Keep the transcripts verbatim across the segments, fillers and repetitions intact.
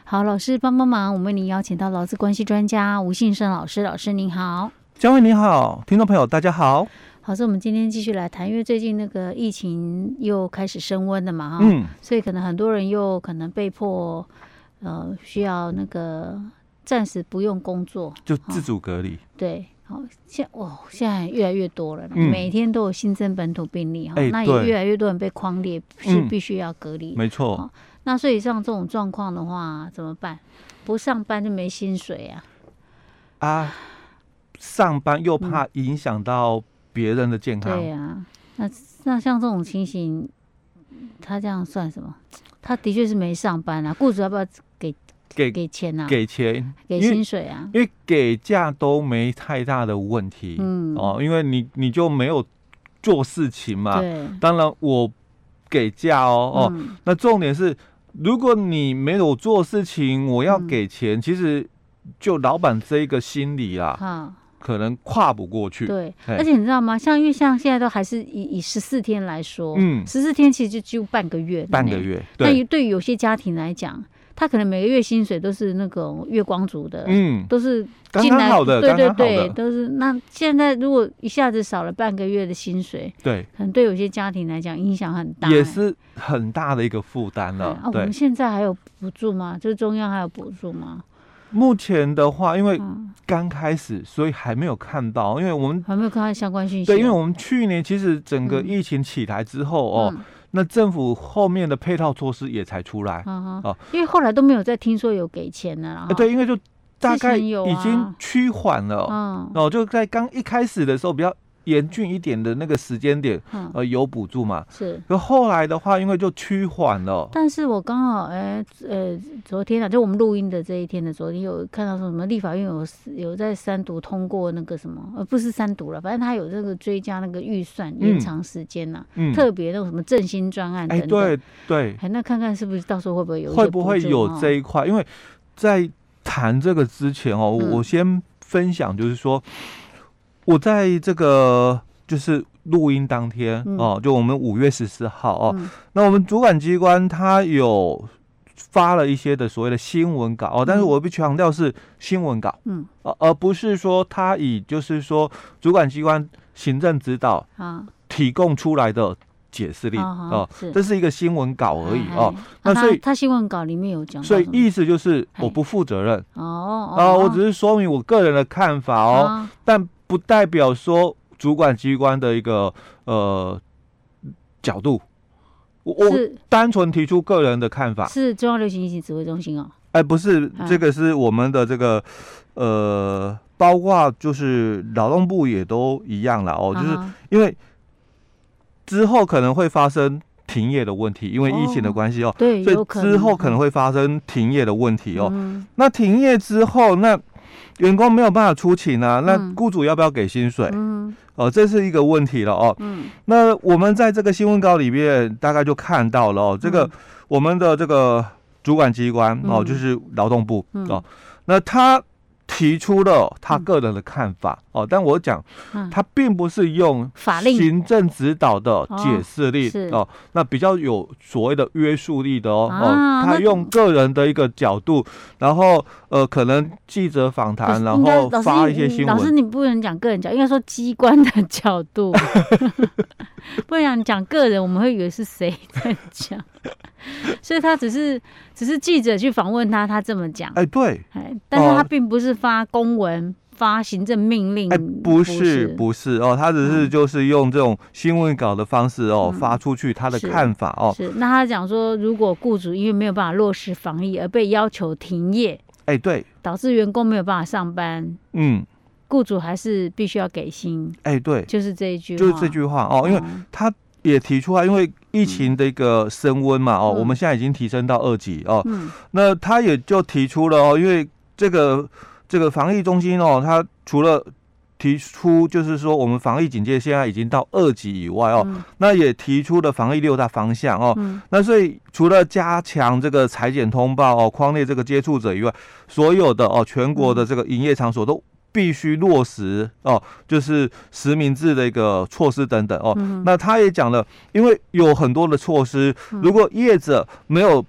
好，老师帮帮忙，我们为您邀请到劳资关系专家吴信生老师，老师您好。 嘉惠你好，听众朋友大家好。 好，所以我们今天继续来谈，因为最近那个疫情又开始升温了嘛，哈， 嗯， 所以可能很多人又可能被迫，呃，需要那个暂时不用工作， 就自主隔离。 对，好，现哦，现在越来越多了， 嗯、 每天都有新增本土病例哈、 欸， 那也越来越多人被匡列，是必须要隔离、 嗯，没错。 那所以像这种状况的话，怎么办？不上班就没薪水啊！ 啊，上班又怕影响到别人的健康。 嗯、对啊，那那像这种情形，他这样算什么？他的确是没上班啊，雇主要不要给给给钱啊？ 给钱， 给薪水啊？ 因为给假都没太大的问题。嗯哦，因为你你就没有做事情嘛。 对， 当然我给假哦哦、嗯，那重点是。如果你没有做事情，我要给钱，嗯、其实就老板这一个心理啊，嗯、可能跨不过去。 对，而且你知道吗？像因为像现在都还是以以十四天来说，嗯，十四天其实就几乎半个月， 半个月。 那对于有些家庭来讲，他可能每个月薪水都是那个月光族的，嗯，都是刚刚好的， 对对对，都是。那现在如果一下子少了半个月的薪水， 对， 可能对有些家庭来讲影响很大， 也是很大的一个负担了。 啊，我们现在还有补助吗？就是中央还有补助吗？ 目前的话，因为刚开始，所以还没有看到，因为我们还没有看到相关讯息。 对，因为我们去年其实整个疫情起来之后哦。嗯嗯那政府后面的配套措施也才出来、 嗯哦、因为后来都没有再听说有给钱了、 欸、对，因为就大概已经趋缓了、啊嗯、哦，就在刚一开始的时候比较严峻一点的那个时间点，嗯、呃，有补助嘛， 是。 可后来的话，因为就趋缓了。 但是我刚好，哎、欸，呃，昨天啊，就我们录音的这一天的昨天，有看到说什么立法院有有在三读通过那个什么，呃，不是三读了，反正他有这个追加那个预算延长时间呐、啊，嗯、特别那种什么振兴专案等等。 哎、欸，对对。 哎，那看看是不是到时候会不会有一些会不会有这一块？哦、因为在谈这个之前哦，嗯、我先分享就是说。我在这个就是录音当天、嗯、哦，就我们五月十四号哦、嗯，那我们主管机关他有发了一些的所谓的新闻稿哦，但是我必须强调是新闻稿，嗯，而不是说他以就是说主管机关行政指导啊提供出来的解释令哦，这是一个新闻稿而已哦。 那所以他新闻稿里面有讲， 所以意思就是我不负责任哦，啊，我只是说明我个人的看法哦，但不代表说主管机关的一个呃角度，我单纯提出个人的看法。 是中央流行疫情指挥中心哦？ 哎，不是，这个是我们的这个呃，包括就是劳动部也都一样啦哦，就是因为之后可能会发生停业的问题，因为疫情的关系哦， 哦对， 所以之后可能会发生停业的问题哦。嗯、那停业之后，那员工没有办法出勤啊，那雇主要不要给薪水？嗯，哦，这是一个问题了哦。嗯，那我们在这个新闻稿里面大概就看到了哦，这个、嗯、我们的这个主管机关、嗯、哦，就是劳动部、嗯、哦，那他提出了他个人的看法、嗯、哦，但我讲、嗯、他并不是用法令行政指导的解释令 哦, 哦，那比较有所谓的约束力的哦、啊、哦，他用个人的一个角度，然后呃，可能记者访谈，然后发一些新闻。 老师，你不能讲个人角，应该说机关的角度，不然讲个人，我们会以为是谁在讲。所以他只是只是记者去访问他，他这么讲， 哎，对， 哎，但是他并不是发公文、哦、发行政命令， 哎，不是不是哦，他只是就是用这种新闻稿的方式哦、嗯、发出去他的看法哦。 是，那他讲说，如果雇主因为没有办法落实防疫而被要求停业， 哎，对， 导致员工没有办法上班，嗯，雇主还是必须要给薪， 哎，对， 就是这一句话， 就是这句话哦，因为他也提出来，因为疫情的一个升温嘛，哦、嗯，我们现在已经提升到二级哦，嗯，那他也就提出了哦，因为这个这个防疫中心哦，他除了提出就是说我们防疫警戒现在已经到二级以外哦，嗯、那也提出了防疫六大方向哦，嗯、那所以除了加强这个采检通报哦，匡列这个接触者以外，所有的哦全国的这个营业场所都必须落实哦，就是实名制的一个措施等等哦。嗯、那他也讲了，因为有很多的措施，如果业者没有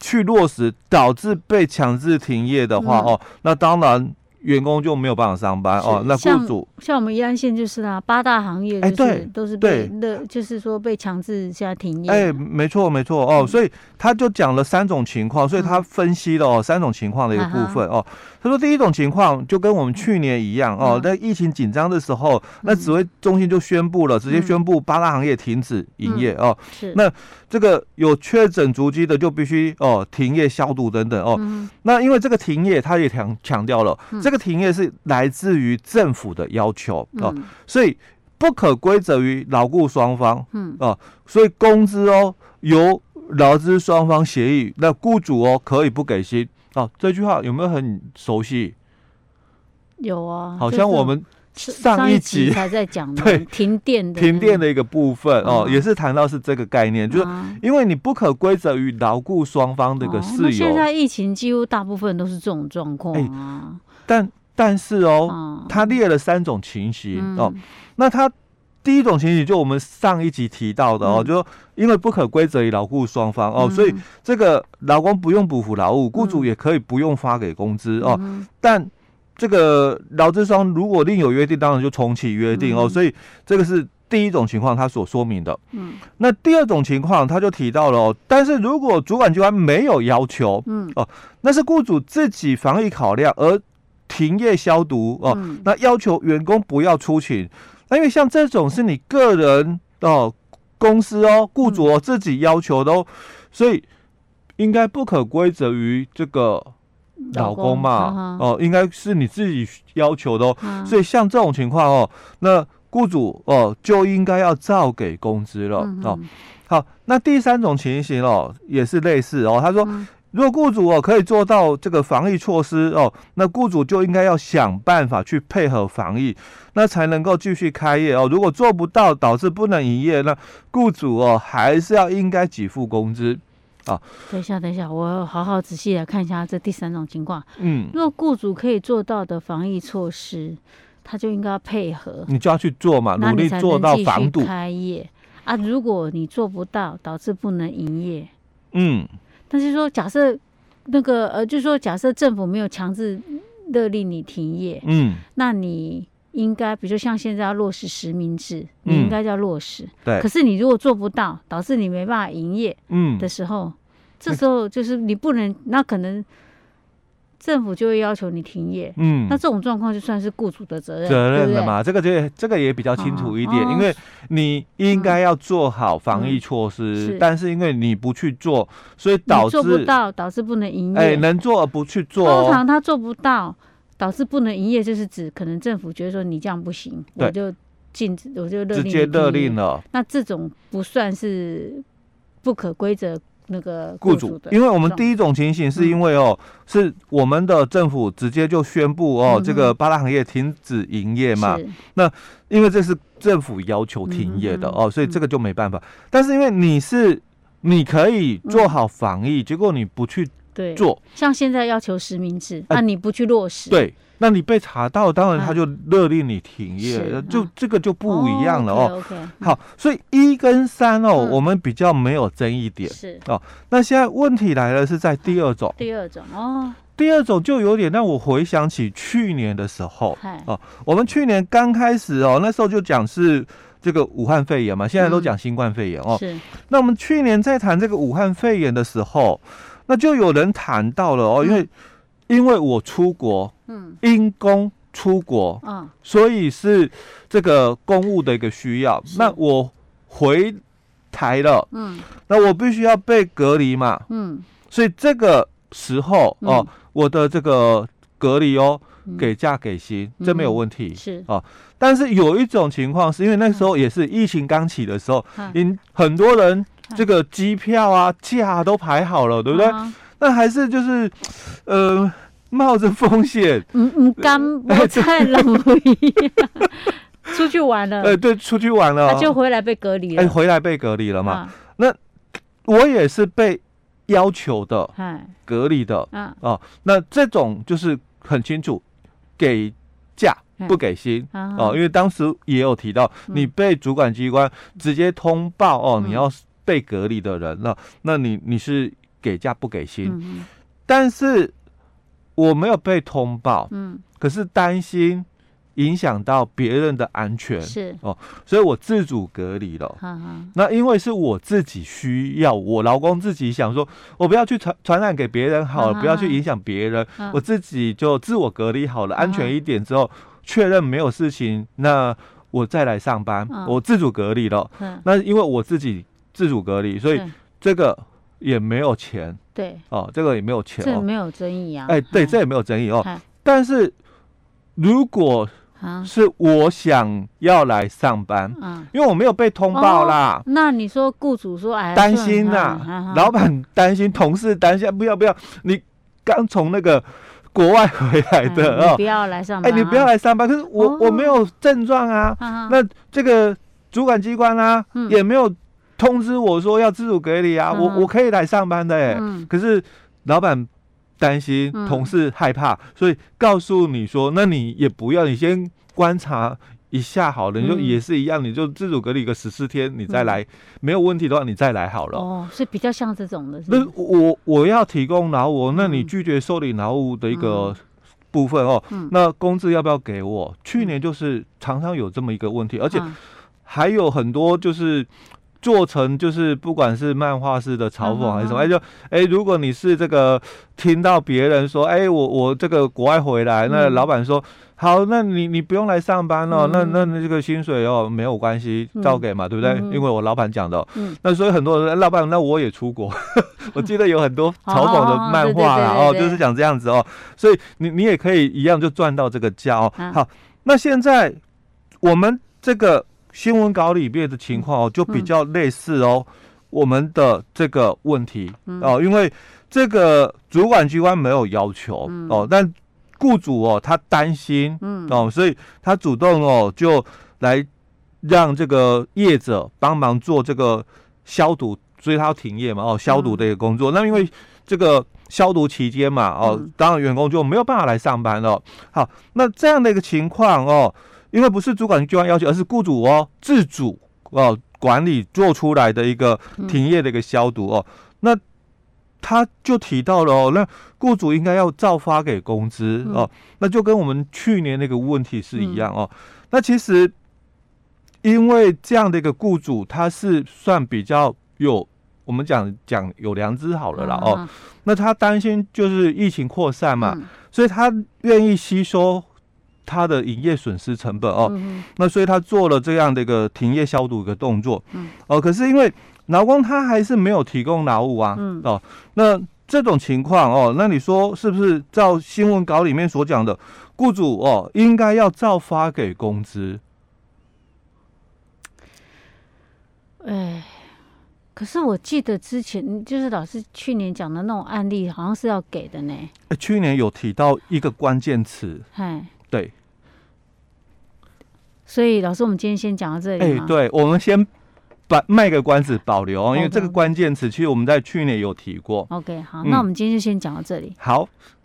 去落实，导致被强制停业的话、嗯、哦，那当然员工就没有办法上班哦。那雇主像, 像我们宜兰县就是啦，八大行业就是、欸、都是被就是说被强制现在停业。 哎、欸，没错没错哦、嗯，所以他就讲了三种情况，所以他分析了哦、嗯、三种情况的一个部分、嗯、哦。他说第一种情况就跟我们去年一样哦，在、嗯、疫情紧张的时候、嗯，那指挥中心就宣布了，直接宣布八大行业停止营业、嗯、哦。是。那这个有确诊足迹的就必须哦停业消毒等等哦、嗯。那因为这个停业，他也强强调了、嗯，这个停业是来自于政府的要求哦、嗯，所以不可归责于劳雇双方。嗯哦，所以工资哦由劳资双方协议，那雇主哦可以不给薪。哦，这句话有没有很熟悉？ 有啊， 好像我们上一集才在讲对停电的停电的一个部分哦、嗯，也是谈到是这个概念，嗯、就是因为你不可归责于劳雇双方这个事由、哦。 现在疫情几乎大部分都是这种状况啊， 欸、但但是哦、嗯，他列了三种情形、嗯、哦，那他。第一种情形就我们上一集提到的哦，嗯、就因为不可归责于劳雇双方哦、嗯，所以这个劳工不用补付劳务，雇主也可以不用发给工资、嗯、哦。但这个劳资双如果另有约定，当然就重启约定、嗯、哦。所以这个是第一种情况，他所说明的。嗯。那第二种情况，他就提到了哦，但是如果主管机关没有要求，嗯哦，那是雇主自己防疫考量而停业消毒哦、嗯，那要求员工不要出勤。那因为像这种是你个人哦，公司哦，雇主哦、嗯、自己要求的哦，所以应该不可归责于这个劳工嘛，工哦，应该是你自己要求的哦。嗯、所以像这种情况哦，那雇主哦就应该要照给工资了、嗯、哦。好，那第三种情形哦也是类似哦，他说。嗯如果雇主哦可以做到这个防疫措施哦，那雇主就应该要想办法去配合防疫，那才能够继续开业哦。如果做不到，导致不能营业，那雇主哦还是要应该给付工资啊。 等一下，等一下，我好好仔细来看一下这第三种情况。嗯，如果雇主可以做到的防疫措施，他就应该要配合， 你就要去做嘛，努力做到防堵开业啊。如果你做不到，导致不能营业， 嗯。 但是说，假设那个呃，就是说，假设政府没有强制勒令你停业，嗯，那你应该，比如说像现在要落实实名制，你应该要落实， 对、嗯。 可是你如果做不到，导致你没办法营业，嗯的时候、嗯，这时候就是你不能，那可能政府就会要求你停业，嗯，那这种状况就算是雇主的责任， 责任了嘛？这个就这个也比较清楚一点，哦、因为你应该要做好防疫措施，嗯是但是因为你不去做，所以导致做不到，导致不能营业。 哎、欸，能做而不去做、哦， 通常他做不到，导致不能营业，就是指可能政府觉得说你这样不行，我就禁止，我就勒令直接勒令了。 那这种不算是不可归责。那个雇主，因为我们第一种情形是因为哦、嗯，是我们的政府直接就宣布哦，嗯、这个八大行业停止营业嘛。那因为这是政府要求停业的、嗯、哦，所以这个就没办法。嗯、但是因为你是你可以做好防疫，嗯、结果你不去做， 像现在要求实名制，那、呃、你不去落实， 对。那你被查到，当然他就勒令你停业，啊、就这个就不一样了哦。 哦 okay, okay, 好，所以一跟三哦、嗯，我们比较没有争议点是哦。那现在问题来了，是在第二种。 第二种哦， 第二种就有点让我回想起去年的时候哦，我们去年刚开始哦，那时候就讲是这个武汉肺炎嘛，现在都讲新冠肺炎哦。 是。 那我们去年在谈这个武汉肺炎的时候，那就有人谈到了哦，因为。嗯因为我出国，嗯，因公出国，嗯，所以是这个公务的一个需要。那我回台了，嗯，那我必须要被隔离嘛，嗯，所以这个时候哦、嗯，我的这个隔离哦，嗯、给假给薪，这没有问题， 是哦。但是有一种情况是因为那时候也是疫情刚起的时候，嗯，很多人这个机票啊、假都排好了，对不对？嗯那还是就是，呃，冒着风险， 嗯嗯，敢我太浪费，出去玩了， 呃，对，出去玩了， 他就回来被隔离了， 哎、欸，回来被隔离了嘛？啊、那我也是被要求的，隔离的，啊，哦，那这种就是很清楚，给假不给薪哦，因为当时也有提到，嗯、你被主管机关直接通报哦，嗯、你要被隔离的人，那那你你是。 给假不给薪，嗯、但是我没有被通报，嗯，可是担心影响到别人的安全， 是哦，所以我自主隔离了。呵呵，那因为是我自己需要，我劳工自己想说，我不要去传传染给别人好了，呵呵，不要去影响别人，呵呵，我自己就自我隔离好了，呵呵，安全一点之后，确认没有事情，那我再来上班，呵呵，我自主隔离了。那因为我自己自主隔离，所以这个也没有钱， 对， 哦，这个也没有钱， 这没有争议啊。 哎，对，这也没有争议哦。但是如果是我想要来上班，嗯，因为我没有被通报啦。 哦、那你说雇主说，哎， 担心呐、啊，老板担心，同事担心，不要不要，你刚从那个国外回来的、 哎、哦，你不要来上班、啊， 哎，你不要来上班。可是我、哦、我没有症状啊，啊那这个主管机关啊、嗯、也没有通知我说要自主隔离啊，嗯、我我可以来上班的哎、欸嗯，可是老板担心，同事害怕、嗯，所以告诉你说，那你也不要，你先观察一下好了，你就也是一样，嗯、你就自主隔离个十四天，你再来、嗯，没有问题的话，你再来好了。 哦，所以比较像这种的是不是。 那我我要提供劳务，那你拒绝受理劳务的一个部分哦，嗯、那工资要不要给我？去年就是常常有这么一个问题，而且还有很多就是做成就是不管是漫画式的嘲讽还是什么，哎、嗯、就哎、欸，如果你是这个听到别人说，哎、欸，我我这个国外回来，那老板说。嗯好，那你你不用来上班了、哦嗯，那那这个薪水哦没有关系，照给嘛、嗯，对不对？嗯、因为我老板讲的、嗯，那所以很多人老板，那我也出国，我记得有很多嘲讽的漫画啦，哦，就是讲这样子哦，所以你你也可以一样就赚到这个价哦、啊。好，那现在我们这个新闻稿里面的情况哦，就比较类似哦，嗯、我们的这个问题、嗯、哦，因为这个主管机关没有要求、嗯、哦，但雇主哦，他担心，嗯，哦，所以他主动哦，就来让这个业者帮忙做这个消毒，所以他要停业嘛，哦，消毒的一个工作。嗯、那因为这个消毒期间嘛，哦，嗯、当然员工就没有办法来上班了。好，那这样的一个情况哦，因为不是主管机关要求，而是雇主哦自主哦管理做出来的一个停业的一个消毒哦，嗯、那。他就提到了哦，那雇主应该要照发给工资、嗯、哦，那就跟我们去年那个问题是一样哦。嗯、那其实因为这样的一个雇主，他是算比较有我们讲讲有良知好了啦、嗯、哦。那他担心就是疫情扩散嘛，嗯、所以他愿意吸收他的营业损失成本哦。嗯、那所以他做了这样的一个停业消毒一个动作。嗯、哦，可是因为劳工他还是没有提供劳务啊，嗯、哦，那这种情况哦，那你说是不是照新闻稿里面所讲的，雇主哦应该要照发给工资？ 哎，可是我记得之前就是老师去年讲的那种案例，好像是要给的呢。 去年有提到一个关键词， 哎， 对。 所以老师，我们今天先讲到这里。 哎，对，我们先。把卖个关子保留，因为这个关键词其实我们在去年有提过。 OK， 好，嗯、那我们今天就先讲到这里。 好。